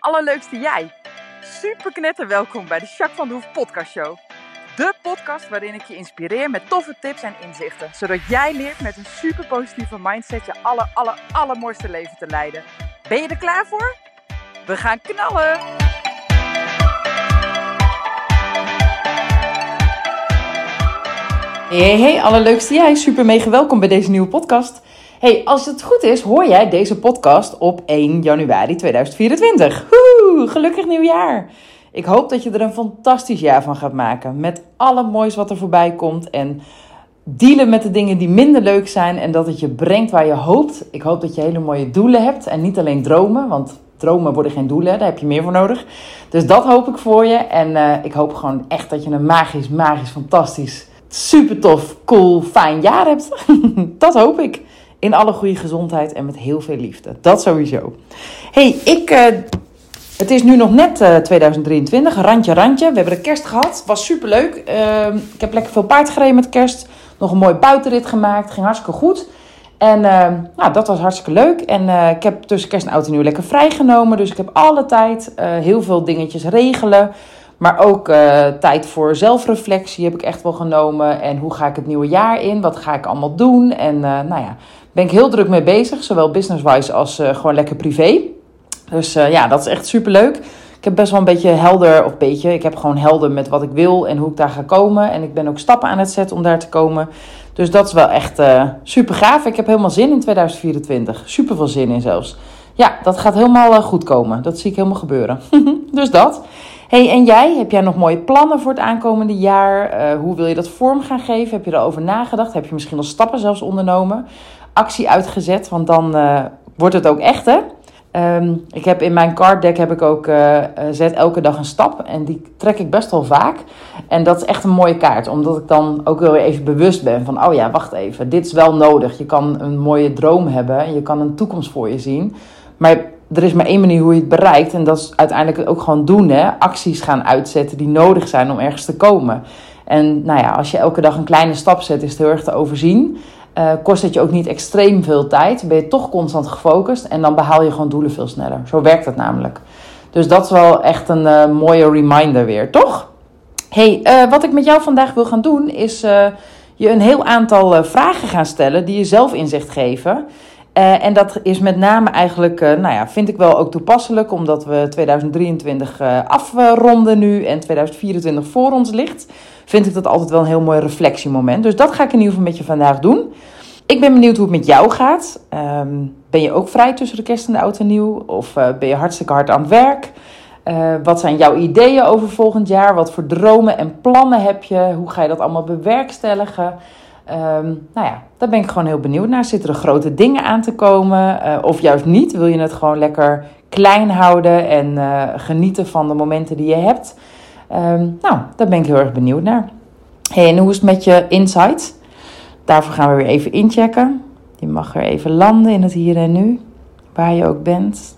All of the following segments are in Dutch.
allerleukste jij. Super knetter welkom bij de Jacques van de Hoef podcast show. De podcast waarin ik je inspireer met toffe tips en inzichten. Zodat jij leert met een super positieve mindset je allermooiste leven te leiden. Ben je er klaar voor? We gaan knallen! Hey, allerleukste jij. Super mega welkom bij deze nieuwe podcast. Hey, als het goed is, hoor jij deze podcast op 1 januari 2024. Woehoe, gelukkig nieuwjaar. Ik hoop dat je er een fantastisch jaar van gaat maken. Met alle moois wat er voorbij komt. En dealen met de dingen die minder leuk zijn. En dat het je brengt waar je hoopt. Ik hoop dat je hele mooie doelen hebt. En niet alleen dromen. Want dromen worden geen doelen. Daar heb je meer voor nodig. Dus dat hoop ik voor je. En ik hoop gewoon echt dat je een magisch, fantastisch, super tof, cool, fijn jaar hebt. Dat hoop ik. In alle goede gezondheid en met heel veel liefde. Dat sowieso. Hey, het is nu nog net 2023. Randje. We hebben de kerst gehad. Was superleuk. Ik heb lekker veel paard gereden met kerst. Nog een mooi buitenrit gemaakt. Ging hartstikke goed. En dat was hartstikke leuk. En ik heb tussen kerst en oud en nieuw lekker vrijgenomen. Dus ik heb alle tijd heel veel dingetjes regelen. Maar ook tijd voor zelfreflectie heb ik echt wel genomen. En hoe ga ik het nieuwe jaar in? Wat ga ik allemaal doen? En ben ik heel druk mee bezig. Zowel business-wise als gewoon lekker privé. Dus dat is echt superleuk. Ik heb best wel een beetje helder, ik heb gewoon helder met wat ik wil en hoe ik daar ga komen. En ik ben ook stappen aan het zetten om daar te komen. Dus dat is wel echt super gaaf. Ik heb helemaal zin in 2024. Super veel zin in zelfs. Ja, dat gaat helemaal goed komen. Dat zie ik helemaal gebeuren. Dus dat. Hey, en jij? Heb jij nog mooie plannen voor het aankomende jaar? Hoe wil je dat vorm gaan geven? Heb je erover nagedacht? Heb je misschien al stappen zelfs ondernomen? Actie uitgezet, want dan wordt het ook echt, hè? Ik heb in mijn card deck ook zet elke dag een stap. En die trek ik best wel vaak. En dat is echt een mooie kaart. Omdat ik dan ook wel weer even bewust ben van, oh ja, wacht even. Dit is wel nodig. Je kan een mooie droom hebben. En je kan een toekomst voor je zien. Maar er is maar één manier hoe je het bereikt. En dat is uiteindelijk ook gewoon doen, hè. Acties gaan uitzetten die nodig zijn om ergens te komen. En als je elke dag een kleine stap zet, is het heel erg te overzien. Kost het je ook niet extreem veel tijd. Ben je toch constant gefocust. En dan behaal je gewoon doelen veel sneller. Zo werkt het namelijk. Dus dat is wel echt een mooie reminder weer, toch? Hey, wat ik met jou vandaag wil gaan doen, is je een heel aantal vragen gaan stellen die je zelf inzicht geven. En dat is met name eigenlijk, vind ik wel ook toepasselijk, omdat we 2023 afronden nu en 2024 voor ons ligt. Vind ik dat altijd wel een heel mooi reflectiemoment. Dus dat ga ik in ieder geval met je vandaag doen. Ik ben benieuwd hoe het met jou gaat. Ben je ook vrij tussen de kerst en de oud en nieuw? Of ben je hartstikke hard aan het werk? Wat zijn jouw ideeën over volgend jaar? Wat voor dromen en plannen heb je? Hoe ga je dat allemaal bewerkstelligen? Daar ben ik gewoon heel benieuwd naar. Zitten er grote dingen aan te komen? Of juist niet? Wil je het gewoon lekker klein houden en genieten van de momenten die je hebt? Daar ben ik heel erg benieuwd naar. Hey, en hoe is het met je insight? Daarvoor gaan we weer even inchecken. Je mag weer even landen in het hier en nu. Waar je ook bent.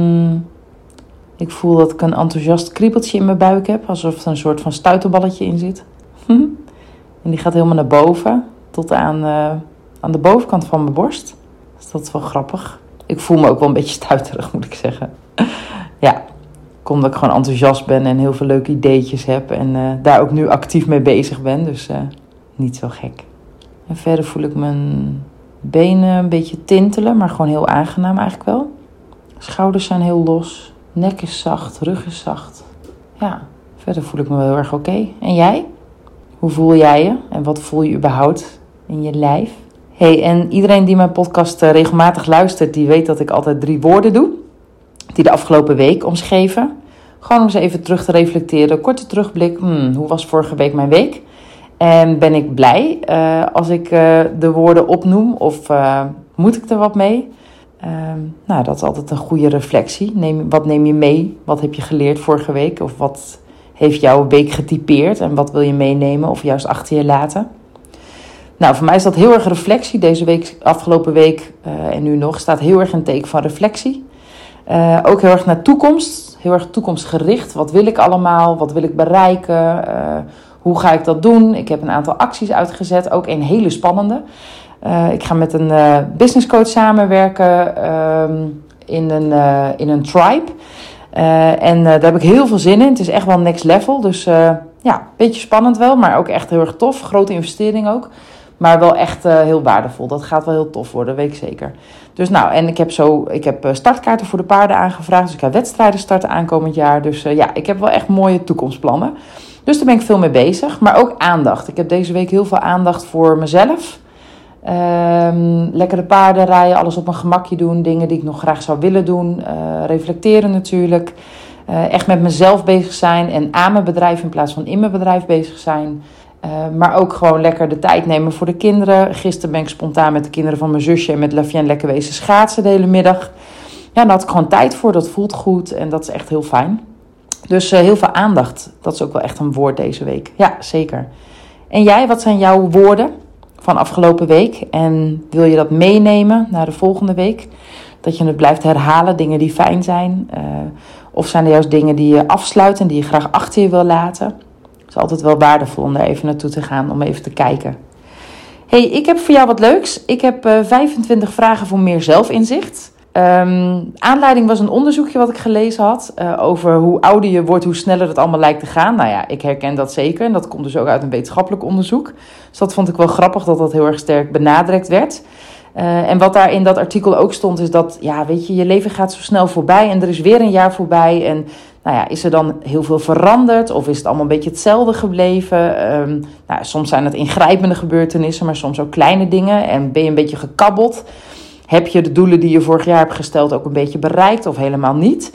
Ik voel dat ik een enthousiast kriebeltje in mijn buik heb. Alsof er een soort van stuiterballetje in zit. En die gaat helemaal naar boven. Tot aan de bovenkant van mijn borst. Dus dat is wel grappig. Ik voel me ook wel een beetje stuiterig, moet ik zeggen. Ja, omdat ik gewoon enthousiast ben en heel veel leuke ideetjes heb. En daar ook nu actief mee bezig ben. Dus niet zo gek. En verder voel ik mijn benen een beetje tintelen. Maar gewoon heel aangenaam eigenlijk wel. Schouders zijn heel los. Nek is zacht. Rug is zacht. Ja, verder voel ik me wel heel erg oké. En jij? Hoe voel jij je? En wat voel je überhaupt in je lijf? Hey, en iedereen die mijn podcast regelmatig luistert, die weet dat ik altijd 3 woorden doe. Die de afgelopen week omschreven. Gewoon om eens even terug te reflecteren. Korte terugblik. Hoe was vorige week mijn week? En ben ik blij als ik de woorden opnoem? Of moet ik er wat mee? Dat is altijd een goede reflectie. Wat neem je mee? Wat heb je geleerd vorige week? Of wat heeft jouw week getypeerd? En wat wil je meenemen of juist achter je laten? Voor mij is dat heel erg reflectie. Deze week, afgelopen week en nu nog, staat heel erg een teken van reflectie. Ook heel erg naar toekomst. Heel erg toekomstgericht. Wat wil ik allemaal? Wat wil ik bereiken? Hoe ga ik dat doen? Ik heb een aantal acties uitgezet. Ook een hele spannende. Ik ga met een business coach samenwerken in een tribe. Daar heb ik heel veel zin in. Het is echt wel next level. Dus een beetje spannend wel, maar ook echt heel erg tof. Grote investering ook. Maar wel echt heel waardevol. Dat gaat wel heel tof worden, weet ik zeker. Dus en ik heb startkaarten voor de paarden aangevraagd. Dus ik ga wedstrijden starten aankomend jaar. Dus ik heb wel echt mooie toekomstplannen. Dus daar ben ik veel mee bezig. Maar ook aandacht. Ik heb deze week heel veel aandacht voor mezelf. Lekker de paarden rijden, alles op mijn gemakje doen. Dingen die ik nog graag zou willen doen. Reflecteren natuurlijk. Echt met mezelf bezig zijn en aan mijn bedrijf in plaats van in mijn bedrijf bezig zijn. Maar ook gewoon lekker de tijd nemen voor de kinderen. Gisteren ben ik spontaan met de kinderen van mijn zusje en met Lavienne lekker wezen schaatsen de hele middag. Ja, daar had ik gewoon tijd voor. Dat voelt goed en dat is echt heel fijn. Dus heel veel aandacht. Dat is ook wel echt een woord deze week. Ja, zeker. En jij, wat zijn jouw woorden van afgelopen week? En wil je dat meenemen naar de volgende week? Dat je het blijft herhalen, dingen die fijn zijn. Of zijn er juist dingen die je afsluit en die je graag achter je wil laten? Het is altijd wel waardevol om daar even naartoe te gaan, om even te kijken. Hey, ik heb voor jou wat leuks. Ik heb 25 vragen voor meer zelfinzicht. Aanleiding was een onderzoekje wat ik gelezen had. Over hoe ouder je wordt, hoe sneller het allemaal lijkt te gaan. Nou ja, ik herken dat zeker. En dat komt dus ook uit een wetenschappelijk onderzoek. Dus dat vond ik wel grappig dat dat heel erg sterk benadrukt werd. En wat daar in dat artikel ook stond is dat, je leven gaat zo snel voorbij en er is weer een jaar voorbij. En is er dan heel veel veranderd of is het allemaal een beetje hetzelfde gebleven? Soms zijn het ingrijpende gebeurtenissen, maar soms ook kleine dingen. En ben je een beetje gekabbeld? Heb je de doelen die je vorig jaar hebt gesteld ook een beetje bereikt of helemaal niet?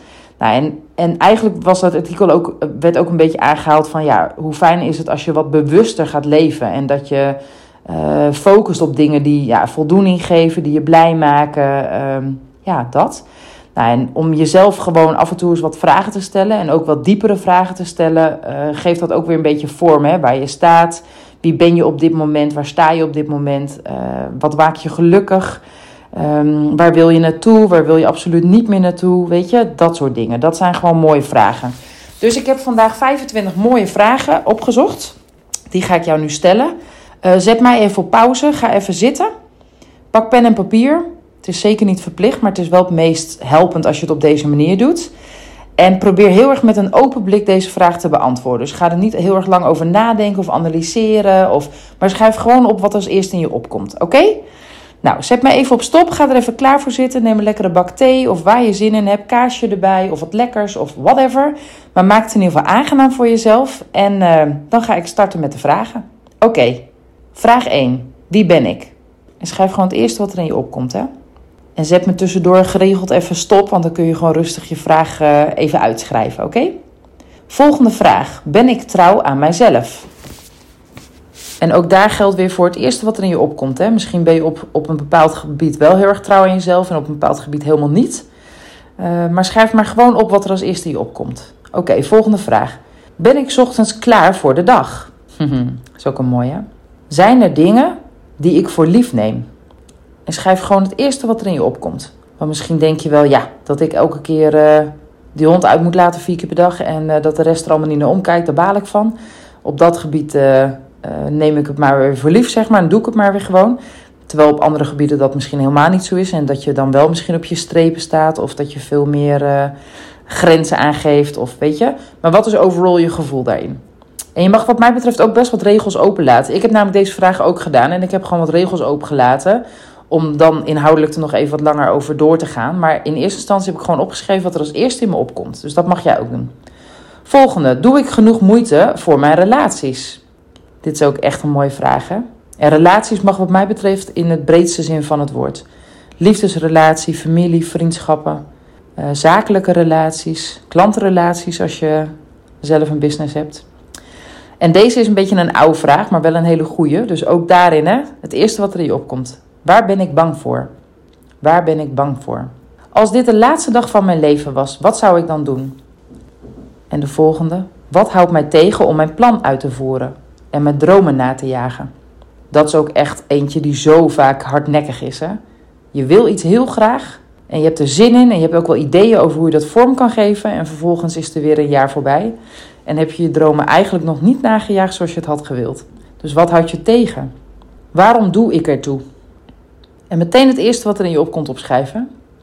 En eigenlijk was dat artikel werd ook een beetje aangehaald van hoe fijn is het als je wat bewuster gaat leven en dat je focust op dingen die voldoening geven, die je blij maken. Dat. En om jezelf gewoon af en toe eens wat vragen te stellen en ook wat diepere vragen te stellen, geeft dat ook weer een beetje vorm, hè, waar je staat. Wie ben je op dit moment? Waar sta je op dit moment? Wat maakt je gelukkig? Waar wil je naartoe? Waar wil je absoluut niet meer naartoe? Weet je, dat soort dingen. Dat zijn gewoon mooie vragen. Dus ik heb vandaag 25 mooie vragen opgezocht. Die ga ik jou nu stellen. Zet mij even op pauze. Ga even zitten. Pak pen en papier. Het is zeker niet verplicht, maar het is wel het meest helpend als je het op deze manier doet. En probeer heel erg met een open blik deze vraag te beantwoorden. Dus ga er niet heel erg lang over nadenken of analyseren. Maar schrijf gewoon op wat als eerste in je opkomt. Oké? Nou, zet me even op stop. Ga er even klaar voor zitten. Neem een lekkere bak thee of waar je zin in hebt. Kaarsje erbij of wat lekkers of whatever. Maar maak het in ieder geval aangenaam voor jezelf. En dan ga ik starten met de vragen. Oké, vraag 1. Wie ben ik? En schrijf gewoon het eerste wat er in je opkomt, hè. En zet me tussendoor geregeld even stop, want dan kun je gewoon rustig je vraag even uitschrijven, oké? Volgende vraag. Ben ik trouw aan mijzelf? En ook daar geldt weer voor het eerste wat er in je opkomt, hè. Misschien ben je op een bepaald gebied wel heel erg trouw aan jezelf en op een bepaald gebied helemaal niet. Maar schrijf maar gewoon op wat er als eerste in je opkomt. Oké, volgende vraag. Ben ik 's ochtends klaar voor de dag? Dat is ook een mooie. Zijn er dingen die ik voor lief neem? En schrijf gewoon het eerste wat er in je opkomt. Want misschien denk je wel, dat ik elke keer die hond uit moet laten 4 keer per dag. En dat de rest er allemaal niet naar omkijkt, daar baal ik van. Op dat gebied neem ik het maar weer voor lief, zeg maar. En doe ik het maar weer gewoon. Terwijl op andere gebieden dat misschien helemaal niet zo is. En dat je dan wel misschien op je strepen staat. Of dat je veel meer grenzen aangeeft. Of weet je. Maar wat is overal je gevoel daarin? En je mag wat mij betreft ook best wat regels openlaten. Ik heb namelijk deze vraag ook gedaan. En ik heb gewoon wat regels opengelaten. Om dan inhoudelijk er nog even wat langer over door te gaan. Maar in eerste instantie heb ik gewoon opgeschreven wat er als eerste in me opkomt. Dus dat mag jij ook doen. Volgende. Doe ik genoeg moeite voor mijn relaties? Dit is ook echt een mooie vraag, hè? En relaties mag wat mij betreft in het breedste zin van het woord. Liefdesrelatie, familie, vriendschappen, zakelijke relaties, klantenrelaties als je zelf een business hebt. En deze is een beetje een oude vraag, maar wel een hele goeie. Dus ook daarin, hè, het eerste wat er in je opkomt. Waar ben ik bang voor? Waar ben ik bang voor? Als dit de laatste dag van mijn leven was, wat zou ik dan doen? En de volgende. Wat houdt mij tegen om mijn plan uit te voeren en mijn dromen na te jagen? Dat is ook echt eentje die zo vaak hardnekkig is, hè? Je wil iets heel graag en je hebt er zin in en je hebt ook wel ideeën over hoe je dat vorm kan geven. En vervolgens is er weer een jaar voorbij en heb je je dromen eigenlijk nog niet nagejaagd zoals je het had gewild. Dus wat houdt je tegen? Waarom doe ik ertoe? En meteen het eerste wat er in je opkomt opschrijven.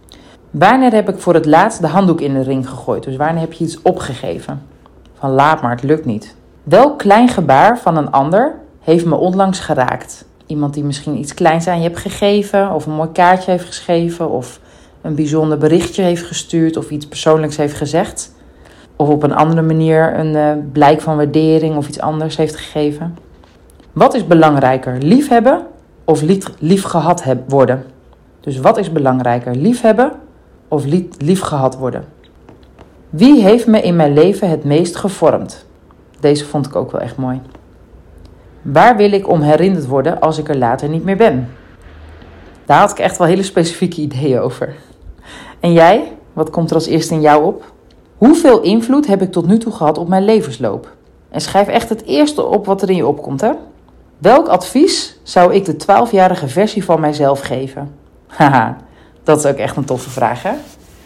Wanneer heb ik voor het laatst de handdoek in de ring gegooid? Dus wanneer heb je iets opgegeven? Van laat maar, het lukt niet. Welk klein gebaar van een ander heeft me onlangs geraakt? Iemand die misschien iets kleins aan je hebt gegeven, of een mooi kaartje heeft geschreven, of een bijzonder berichtje heeft gestuurd, of iets persoonlijks heeft gezegd. Of op een andere manier een blijk van waardering of iets anders heeft gegeven. Wat is belangrijker, liefhebben of lief gehad worden? Dus wat is belangrijker, liefhebben of lief gehad worden? Wie heeft me in mijn leven het meest gevormd? Deze vond ik ook wel echt mooi. Waar wil ik om herinnerd worden als ik er later niet meer ben? Daar had ik echt wel hele specifieke ideeën over. En jij? Wat komt er als eerste in jou op? Hoeveel invloed heb ik tot nu toe gehad op mijn levensloop? En schrijf echt het eerste op wat er in je opkomt, hè? Welk advies zou ik de 12-jarige versie van mijzelf geven? Haha, dat is ook echt een toffe vraag, hè?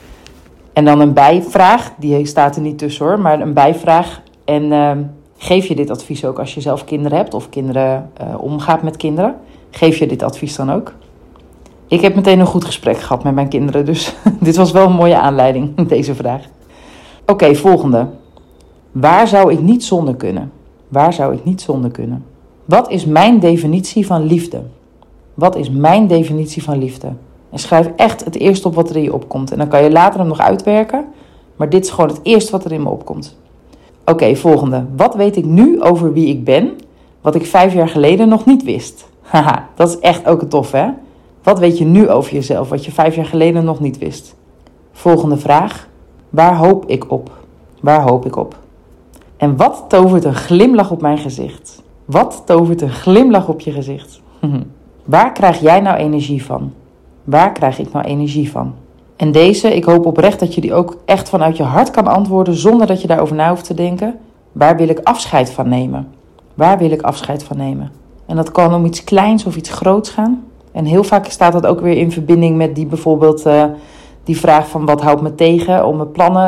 En dan een bijvraag, die staat er niet tussen hoor, maar een bijvraag. En geef je dit advies ook als je zelf kinderen hebt of kinderen omgaat met kinderen? Geef je dit advies dan ook? Ik heb meteen een goed gesprek gehad met mijn kinderen, dus dit was wel een mooie aanleiding, deze vraag. Oké, volgende. Waar zou ik niet zonder kunnen? Waar zou ik niet zonder kunnen? Wat is mijn definitie van liefde? Wat is mijn definitie van liefde? En schrijf echt het eerste op wat er in je opkomt. En dan kan je later hem nog uitwerken. Maar dit is gewoon het eerste wat er in me opkomt. Oké, volgende. Wat weet ik nu over wie ik ben, wat ik 5 jaar geleden nog niet wist? Haha, dat is echt ook een tof, hè? Wat weet je nu over jezelf, wat je 5 jaar geleden nog niet wist? Volgende vraag. Waar hoop ik op? Waar hoop ik op? En wat tovert een glimlach op mijn gezicht? Wat tovert een glimlach op je gezicht? Waar krijg jij nou energie van? Waar krijg ik nou energie van? En deze, ik hoop oprecht dat je die ook echt vanuit je hart kan antwoorden zonder dat je daarover na hoeft te denken. Waar wil ik afscheid van nemen? Waar wil ik afscheid van nemen? En dat kan om iets kleins of iets groots gaan. En heel vaak staat dat ook weer in verbinding met die bijvoorbeeld die vraag van wat houdt me tegen om mijn plannen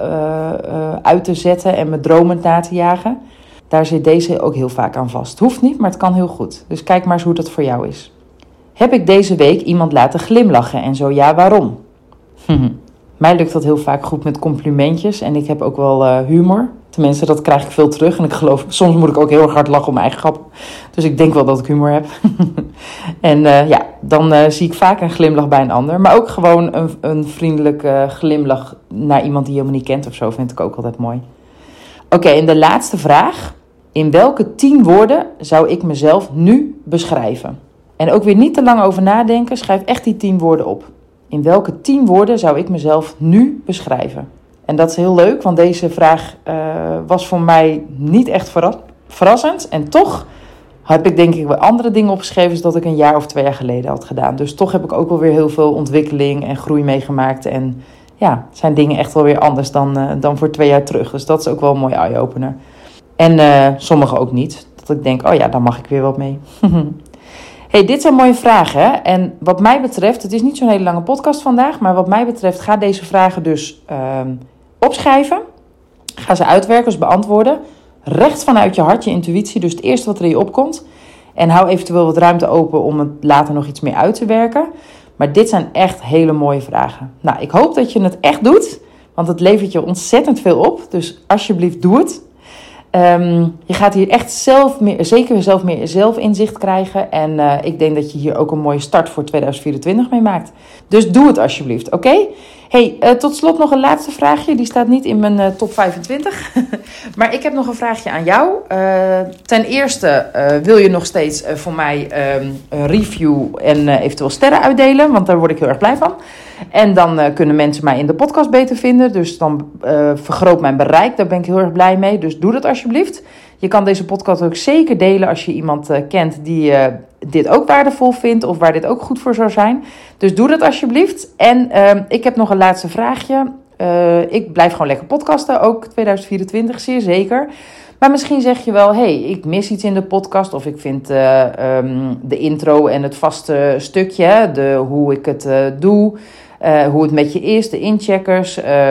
uit te zetten en mijn dromen na te jagen. Daar zit deze ook heel vaak aan vast. Hoeft niet, maar het kan heel goed. Dus kijk maar eens hoe dat voor jou is. Heb ik deze week iemand laten glimlachen en zo ja, waarom? Mij lukt dat heel vaak goed met complimentjes en ik heb ook wel humor. Tenminste, dat krijg ik veel terug en ik geloof, soms moet ik ook heel erg hard lachen om mijn eigen grap. Dus ik denk wel dat ik humor heb. En dan zie ik vaak een glimlach bij een ander. Maar ook gewoon een vriendelijke glimlach naar iemand die je helemaal niet kent of zo vind ik ook altijd mooi. Oké, en de laatste vraag. In welke 10 woorden zou ik mezelf nu beschrijven? En ook weer niet te lang over nadenken. Schrijf echt die 10 woorden op. In welke 10 woorden zou ik mezelf nu beschrijven? En dat is heel leuk, want deze vraag was voor mij niet echt verrassend. En toch heb ik denk ik wel andere dingen opgeschreven dan ik een jaar of 2 jaar geleden had gedaan. Dus toch heb ik ook wel weer heel veel ontwikkeling en groei meegemaakt. En ja, zijn dingen echt wel weer anders dan voor 2 jaar terug. Dus dat is ook wel een mooie eye-opener. En sommige ook niet. Dat ik denk, oh ja, daar mag ik weer wat mee. Hey, dit zijn mooie vragen. Hè? En wat mij betreft, het is niet zo'n hele lange podcast vandaag. Maar wat mij betreft, ga deze vragen dus opschrijven. Ga ze uitwerken, dus beantwoorden. Recht vanuit je hart, je intuïtie. Dus het eerste wat er in je opkomt. En hou eventueel wat ruimte open om het later nog iets meer uit te werken. Maar dit zijn echt hele mooie vragen. Nou, ik hoop dat je het echt doet. Want het levert je ontzettend veel op. Dus alsjeblieft, doe het. Je gaat hier echt zeker meer zelfinzicht krijgen. En ik denk dat je hier ook een mooie start voor 2024 mee maakt. Dus doe het alsjeblieft, oké? Hey, tot slot nog een laatste vraagje. Die staat niet in mijn top 25. Maar ik heb nog een vraagje aan jou. Ten eerste wil je nog steeds voor mij een review en eventueel sterren uitdelen. Want daar word ik heel erg blij van. En dan kunnen mensen mij in de podcast beter vinden. Dus dan vergroot mijn bereik. Daar ben ik heel erg blij mee. Dus doe dat alsjeblieft. Je kan deze podcast ook zeker delen als je iemand kent die dit ook waardevol vindt. Of waar dit ook goed voor zou zijn. Dus doe dat alsjeblieft. En ik heb nog een laatste vraagje. Ik blijf gewoon lekker podcasten. Ook 2024 zeer zeker. Maar misschien zeg je wel, hey, ik mis iets in de podcast. Of ik vind de intro en het vaste stukje, hoe ik het doe. Hoe het met je is, de incheckers,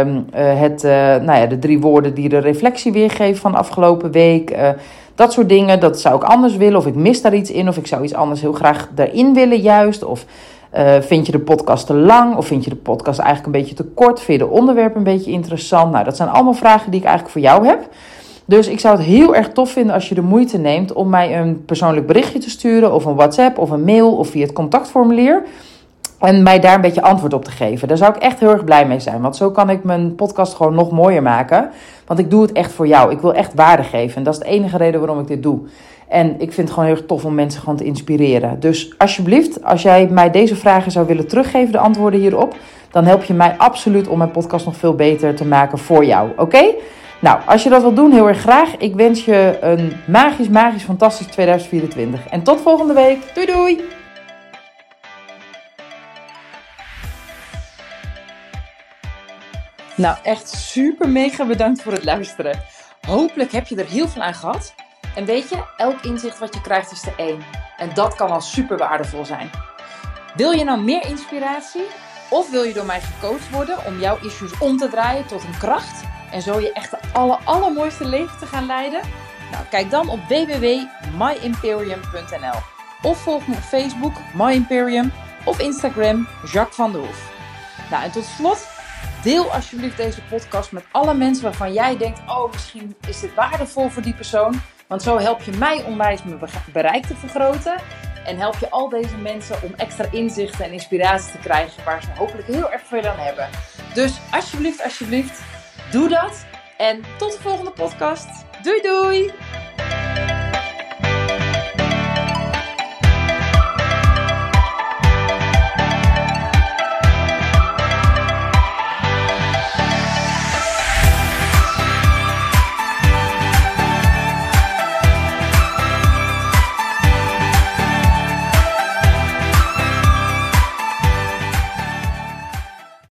de 3 woorden die de reflectie weergeven van de afgelopen week. Dat soort dingen, dat zou ik anders willen. Of ik mis daar iets in, of ik zou iets anders heel graag daarin willen juist. Of Vind je de podcast te lang of vind je de podcast eigenlijk een beetje te kort? Vind je de onderwerpen een beetje interessant? Nou, dat zijn allemaal vragen die ik eigenlijk voor jou heb. Dus ik zou het heel erg tof vinden als je de moeite neemt om mij een persoonlijk berichtje te sturen of een WhatsApp of een mail of via het contactformulier. En mij daar een beetje antwoord op te geven. Daar zou ik echt heel erg blij mee zijn. Want zo kan ik mijn podcast gewoon nog mooier maken. Want ik doe het echt voor jou. Ik wil echt waarde geven. En dat is de enige reden waarom ik dit doe. En ik vind het gewoon heel erg tof om mensen gewoon te inspireren. Dus alsjeblieft, als jij mij deze vragen zou willen teruggeven, de antwoorden hierop, dan help je mij absoluut om mijn podcast nog veel beter te maken voor jou. Oké? Nou, als je dat wilt doen, heel erg graag. Ik wens je een magisch, fantastisch 2024. En tot volgende week. Doei doei! Nou, echt super mega bedankt voor het luisteren. Hopelijk heb je er heel veel aan gehad. En weet je, elk inzicht wat je krijgt is er één. En dat kan al super waardevol zijn. Wil je nou meer inspiratie? Of wil je door mij gecoacht worden om jouw issues om te draaien tot een kracht? En zo je echt de allermooiste leven te gaan leiden? Nou, kijk dan op www.myimperium.nl. Of volg me op Facebook, My Imperium. Of Instagram, Jacques van der Hoef. Nou, en tot slot, deel alsjeblieft deze podcast met alle mensen waarvan jij denkt, oh, misschien is dit waardevol voor die persoon. Want zo help je mij onwijs mijn bereik te vergroten. En help je al deze mensen om extra inzichten en inspiratie te krijgen waar ze hopelijk heel erg veel aan hebben. Dus alsjeblieft, doe dat. En tot de volgende podcast. Doei doei!